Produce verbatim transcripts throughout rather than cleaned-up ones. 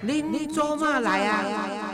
恁做嘛来啊？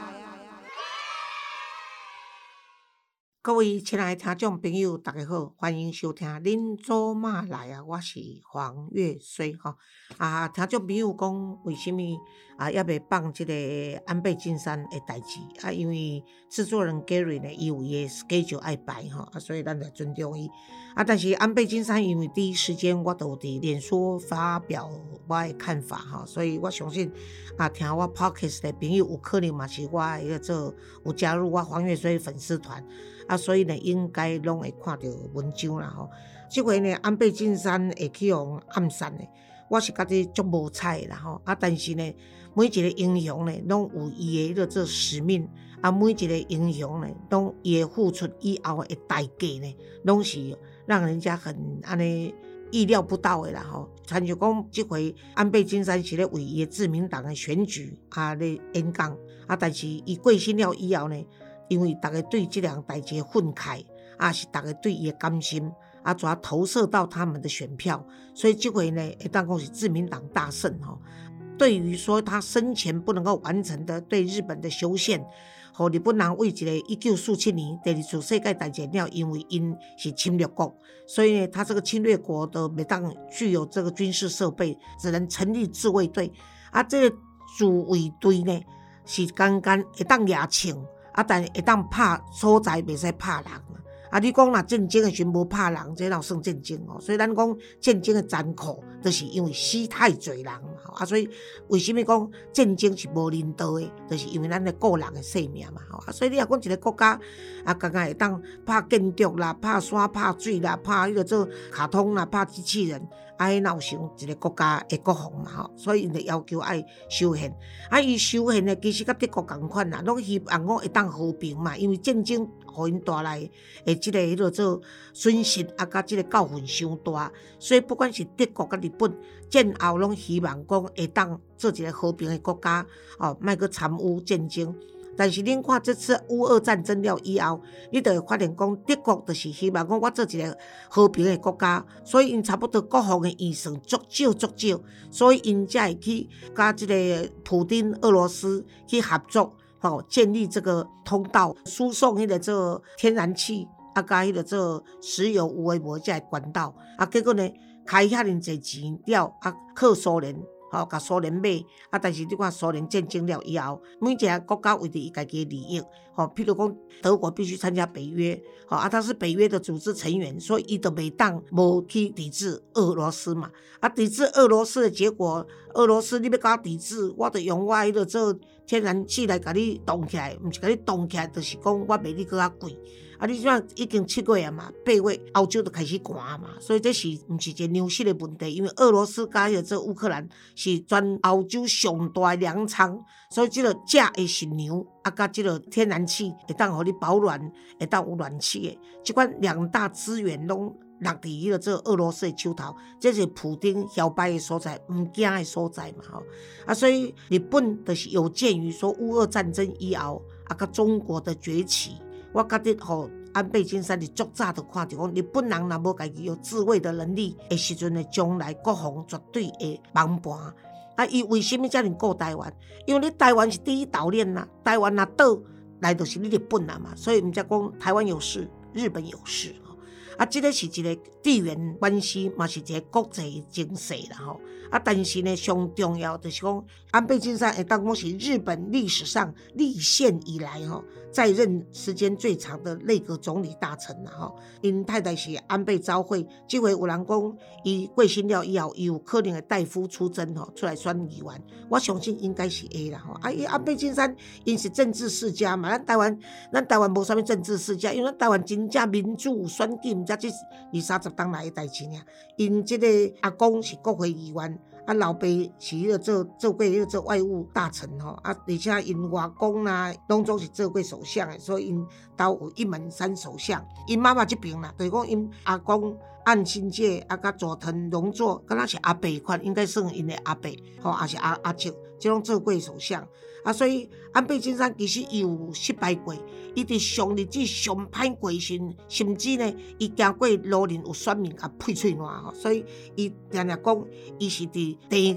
各位亲爱的听众朋友，大家好，欢迎收听《恁做嘛来啊》，我是黄月水吼。啊，听众朋友讲，为什么啊也未放这个安倍晋三的代志啊？因为制作人 Gary 呢，伊有伊的 schedule 爱排吼，啊，所以咱就尊重伊。啊，但是安倍晋三因为第一时间我都有伫脸书发表我的看法吼，所以我相信啊，听我 podcast 的朋友有可能嘛是我迄个做有加入我黄月水粉丝团。啊，所以呢，应该拢会看到文章啦吼。即回呢，安倍晋三会去用暗杀的，我是觉得足无彩啦吼。啊，但是呢，每一个英雄呢，拢有伊的这使命。啊，每一个英雄呢，拢伊的付出以后的代价呢，拢是让人家很安尼意料不到的啦吼。参就讲，即回安倍晋三是咧为伊的自民党的选举啊咧演讲啊，但是伊过身了以后呢？因为大家对这两代志愤慨，啊是大家对伊的甘心，啊主要投射到他们的选票，所以这回呢，会当讲是自民党大胜吼。对于说他生前不能够完成的对日本的修宪，和日本人为一个一九四七年第二次世界大战了，因为因是侵略国，所以呢，他这个侵略国的每当具有这个军事设备，只能成立自卫队，啊这个自卫队呢是刚刚会当野枪。啊，但会当拍所在，袂使拍人啊！你讲若战争的时无拍人，这哪算战争哦？所以咱讲战争的残酷，就是因为死太侪人嘛。啊，所以为什么讲战争是无人道的？就是因为咱的个人的性命嘛。啊，所以你若讲一个国家啊，刚刚会当拍建筑啦、拍山、拍水啦、拍迄个做卡通啦、拍机器人，啊，迄哪有像一个国家的国防嘛？吼，所以因就要求爱修宪。啊，伊修宪呢，其实甲德国同款啦，拢希望讲会当和平嘛，因为战争互因带来的即个迄落做损失啊，甲即个教训伤大，所以不管是德国甲日本战后拢希望讲会当做一个和平的国家，哦，莫去参与战争。但是恁看这次乌俄战争了以后，你就会发现讲德国就是希望讲我做一个和平的国家，所以因差不多国防的预算足少足少，所以因才会去甲这个普丁俄罗斯去合作。哦，建立这个通道，输送迄个做天然气，啊，甲迄个做石油有诶无这管道，啊，结果呢，开遐尼侪钱了，啊，靠苏联，吼，甲苏联买，啊，但是你看苏联战争了以后，每一个国家为着伊家己的利益，吼，譬如讲德国必须参加北约，吼，啊，他是北约的组织成员，所以伊就袂当无去抵制俄罗斯嘛，啊，抵制俄罗斯的结果，俄罗斯你要甲我抵制，我就用我迄个做天然气来甲你冻起来，毋是甲你冻起来，就是讲我卖你搁较贵。啊，你像已经七月啊嘛，八月欧洲就开始寒嘛，所以这是毋是一个粮食的问题？因为俄罗斯甲迄个乌克兰是全欧洲上大的粮仓，所以这个价会是牛啊，甲这个天然气会当互你保暖，会当有暖气的，这款两大资源拢落伫迄个做俄罗斯的手头，这是普丁摇摆的所在，毋惊的所在嘛吼。啊，所以日本就是有鉴于说乌俄战争以后，啊，甲中国的崛起。我觉得吼，安倍晋三是足早就看到讲，日本人若无家己有自卫的能力的时阵呢，将来国防绝对会崩盘。啊，伊为什么遮尔顾台湾？因为你台湾是第一岛链呐，台湾若倒来就是你日本啦嘛，所以毋才讲台湾有事，日本有事。啊，这个是一个地缘关系，嘛是一个国际情势啦吼。啊，但是呢，上重要就是讲，安倍晋三会当讲是日本历史上立宪以来吼，在任时间最长的内阁总理大臣啦吼。因太太是安倍昭惠，这回有人讲伊过身了以后，伊有可能会代夫出征吼，出来选议员。我相信应该是会啦吼。啊，伊安倍晋三因是政治世家嘛，咱台湾咱台湾无啥物政治世家，因为咱台湾真正民主选举。才这二三十当来的代志尔，因这个阿公是国会议员，啊老爸是迄个做做过迄个做外务大臣吼，啊而且因外公啦，拢总是做过首相的，所以因都有一门三首相。因妈妈这边啦，就是讲因阿公岸信介啊，甲佐藤荣作，敢若是阿伯款，应该算因的阿伯，吼，也是阿阿叔，即拢做过首相。啊，所以安倍晋三其实伊有失败过，伊伫上日子上歹过时，甚至呢，伊经过路人有选民啊配喙烂吼，所以伊常常讲，伊是伫地狱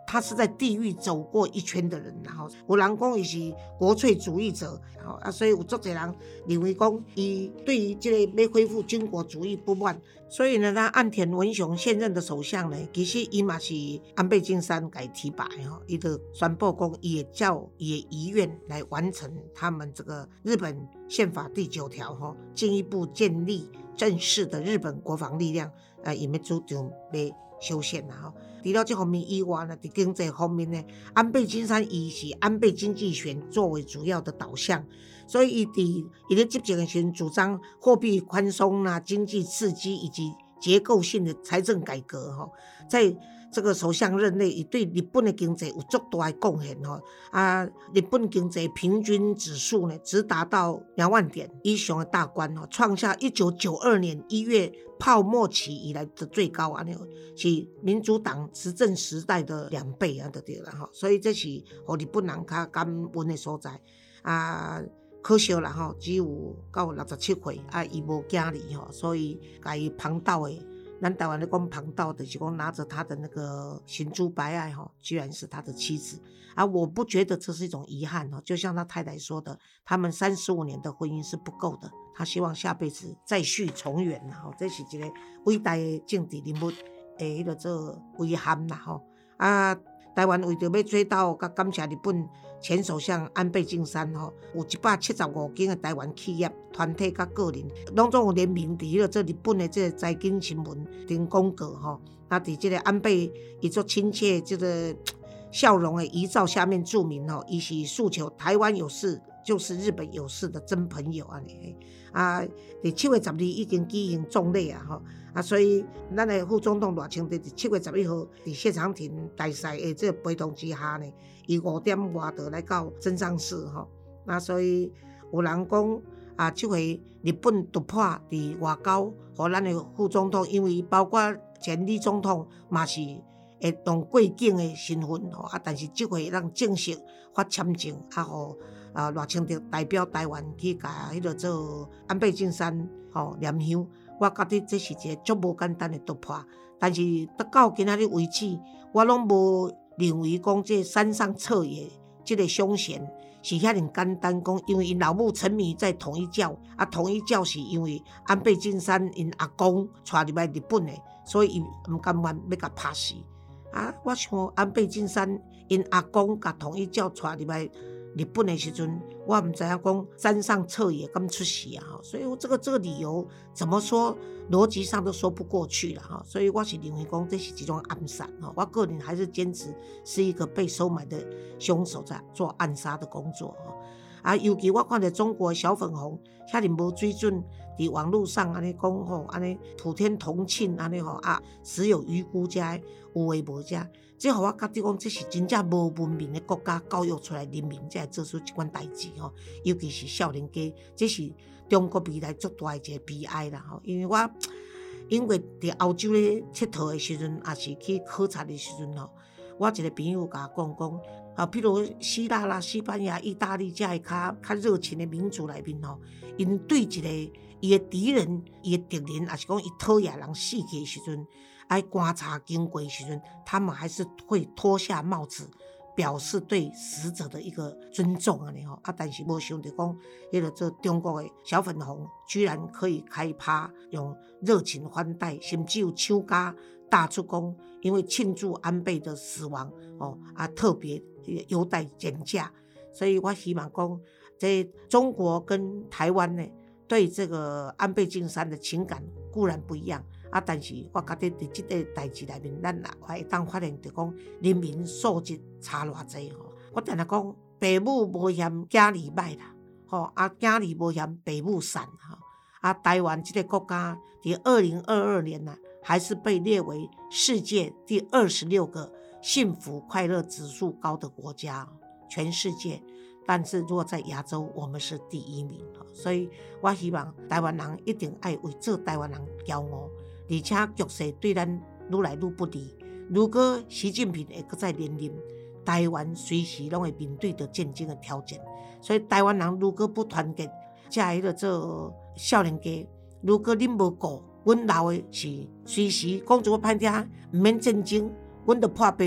他是在地狱走过一圈的人，然后有人讲伊是国粹主义者，啊，所以有足多人认为讲伊对于这个要恢复军国主义不满，所以呢，他岸田文雄现任的首相呢，其实伊嘛是安倍晋三给提拔哈，伊就宣布讲也叫也遗愿来完成他们这个日本宪法第九条哈，进一步建立正式的日本国防力量，呃，伊要主张要修宪啦哈。除了这方面以外呢，在经济方面呢，安倍晋三以是安倍经济学作为主要的导向，所以伊伫伊咧执政的时候主张货币宽松啦、经济刺激以及结构性的财政改革哈，在这个首相任内，伊对日本的经济有足大的贡献哈。啊，日本经济平均指数呢，只达到两万点以上的大关哦，创下一九九二年一月泡沫期以来的最高啊，是民主党执政时代的两倍啊，就对了哈。所以这是让日本人较感恩的所在啊。可惜啦吼，只有到六十七岁啊，伊无囝儿吼，所以甲伊旁道的。咱台湾咧讲旁道的，就是讲拿着他的那个行珠白爱哈，居然是他的妻子啊！我不觉得这是一种遗憾哦，就像他太太说的，他们三十五年的婚姻是不够的，他希望下辈子再续重圆啦吼，这是一个伟大的政治人物诶，迄个做遗憾啦吼啊！台湾为着要做到甲感谢日本前首相安倍晋三吼，有一百七十五间的台湾企业、团体甲个人，拢总有联名伫迄个做日本的这个财经新闻顶广告吼。那伫这个安倍伊做亲切这个笑容的遗照下面注明吼，伊是诉求台湾有事就是日本有事的真朋友安尼啊。伫七月十二已经举行葬礼啊吼。啊，所以咱的副总统赖清德伫七月十一号伫谢长廷大使的这个陪同之下呢，以五点外就来到真上寺吼。那所以有人讲啊，这回日本突破伫外交，和咱的副总统，因为包括前李总统嘛是会用过境的身份吼啊，但是这回让正式发签证啊，互啊赖清德代表台湾去甲迄个做安倍晋三吼念香。我觉得这是一个足无简单的突破，但是到今仔日为止，我拢无认为讲这山上彻也这个凶嫌是遐尼简单讲，因为因老母沉迷在统一教，啊统一教是因为安倍晋三因阿公带入来日本的，所以伊唔甘愿要甲拍死。啊，我想安倍晋三因阿公甲统一教带入来日本的时阵，我唔知影讲山上彻也敢出事啊，所以我这个这个理由怎么说，逻辑上都说不过去了哈。所以我是认为讲这是一种暗杀哈，我个人还是坚持是一个被收买的凶手在做暗杀的工作哈。啊，尤其我看到中国小粉红遐尼无水准，伫网络上安尼讲吼，安尼普天同庆安尼吼啊，只有余辜遮有诶无遮。这互我觉得讲，这是真正无文明的国家教育出来人民才会做出这款代志吼，尤其是少年家，这是中国未来最大的一个悲哀啦吼。因为我因为伫欧洲咧佚佗的时阵，也是去考察的时阵吼，我一个朋友甲我讲讲，啊，譬如希腊啦、西班牙、意大利这些较较热情的民族内面吼，因对一个伊的敌人、伊的敌人，也是讲伊讨厌人死去的时阵。爱观察经过的时阵，他们还是会脱下帽子，表示对死者的一个尊重啊！吼啊，但是无想到讲，迄个做中国的小粉红，居然可以开趴，用热情欢待，甚至有厂家大出讲，因为庆祝安倍的死亡哦啊，特别优待减价。所以我希望讲，在中国跟台湾呢，对这个安倍晋三的情感固然不一样。啊！但是我觉得伫即个代志内面，咱也会当发现着讲人民素质差偌济吼。我定定讲，父母无嫌囝儿歹啦，吼啊，囝儿无嫌父母善哈。啊，台湾这个国家伫二零二二年呐、啊，还是被列为世界第二十六个幸福快乐指数高的国家，全世界。但是如果在亚洲，我们是第一名，所以我希望台湾人一定要为做台湾人骄傲。而且局势对咱愈来愈不利，如果习近平会再连任，台湾随时拢会面对着战争的挑战。所以台湾人如果不团结，才会做少年家。如果恁无顾，阮老的是随时讲一个歹听，唔免战争，阮就破病，也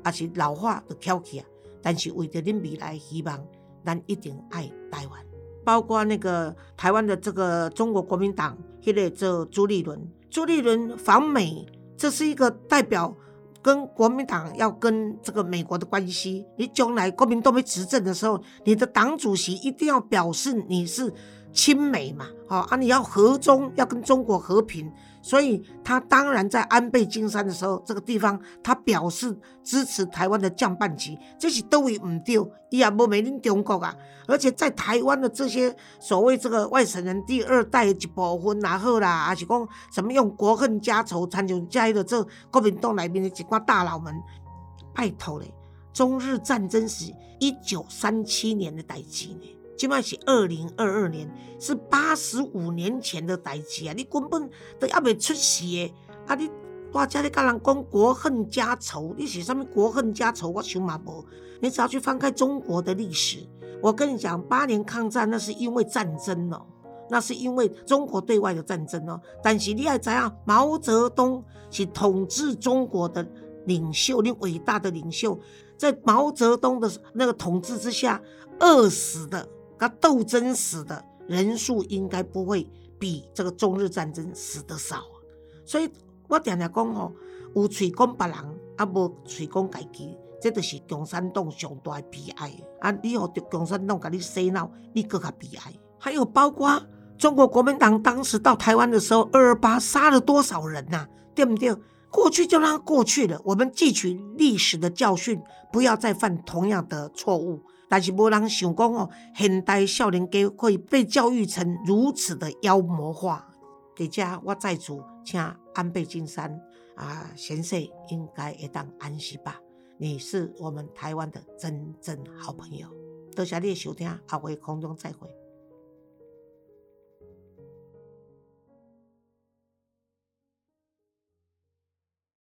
也是老化就翘起啊。但是为着恁未来的希望，咱一定爱台湾。包括那个台湾的这个中国国民党，迄个做朱立伦，朱立伦访美，这是一个代表跟国民党要跟这个美国的关系。你将来国民党要执政的时候，你的党主席一定要表示你是亲美嘛，哦啊，你要和中，要跟中国和平。所以他当然在安倍晋三的时候，这个地方他表示支持台湾的降半旗，这是都位唔对，伊也无美恁中国啊。而且在台湾的这些所谓这个外省人第二代的一部分也好啦，还是讲什么用国恨家仇，参像这个做国民党内面的一寡大佬们，拜托咧，中日战争是一九三七年的代志呢。现在是二零二二年，是八十五年前的代志啊！你根本都还没出世的啊！你大家在跟人讲国恨家仇，你是什么国恨家仇？我想嘛无。你只要去翻开中国的历史，我跟你讲，八年抗战那是因为战争哦，那是因为中国对外的战争哦。但是你要知道，毛泽东是统治中国的领袖，你伟大的领袖，在毛泽东的那个统治之下，饿死的。跟斗争死的人数应该不会比这个中日战争死得少，所以我常常讲吼，有嘴讲别人，啊无嘴讲家己，这就是共产党上大的悲哀啊！你让共产党给你洗脑，你更加悲哀。还有包括中国国民党当时到台湾的时候，二二八杀了多少人呐、啊？对不对？过去就让它过去了，我们汲取历史的教训，不要再犯同样的错误。但是没人想讲哦，现代少年家会被教育成如此的妖魔化。在这我再次请安倍晋三啊先生应该会当安息吧。你是我们台湾的真正好朋友。多谢你的收听，下回空中再会。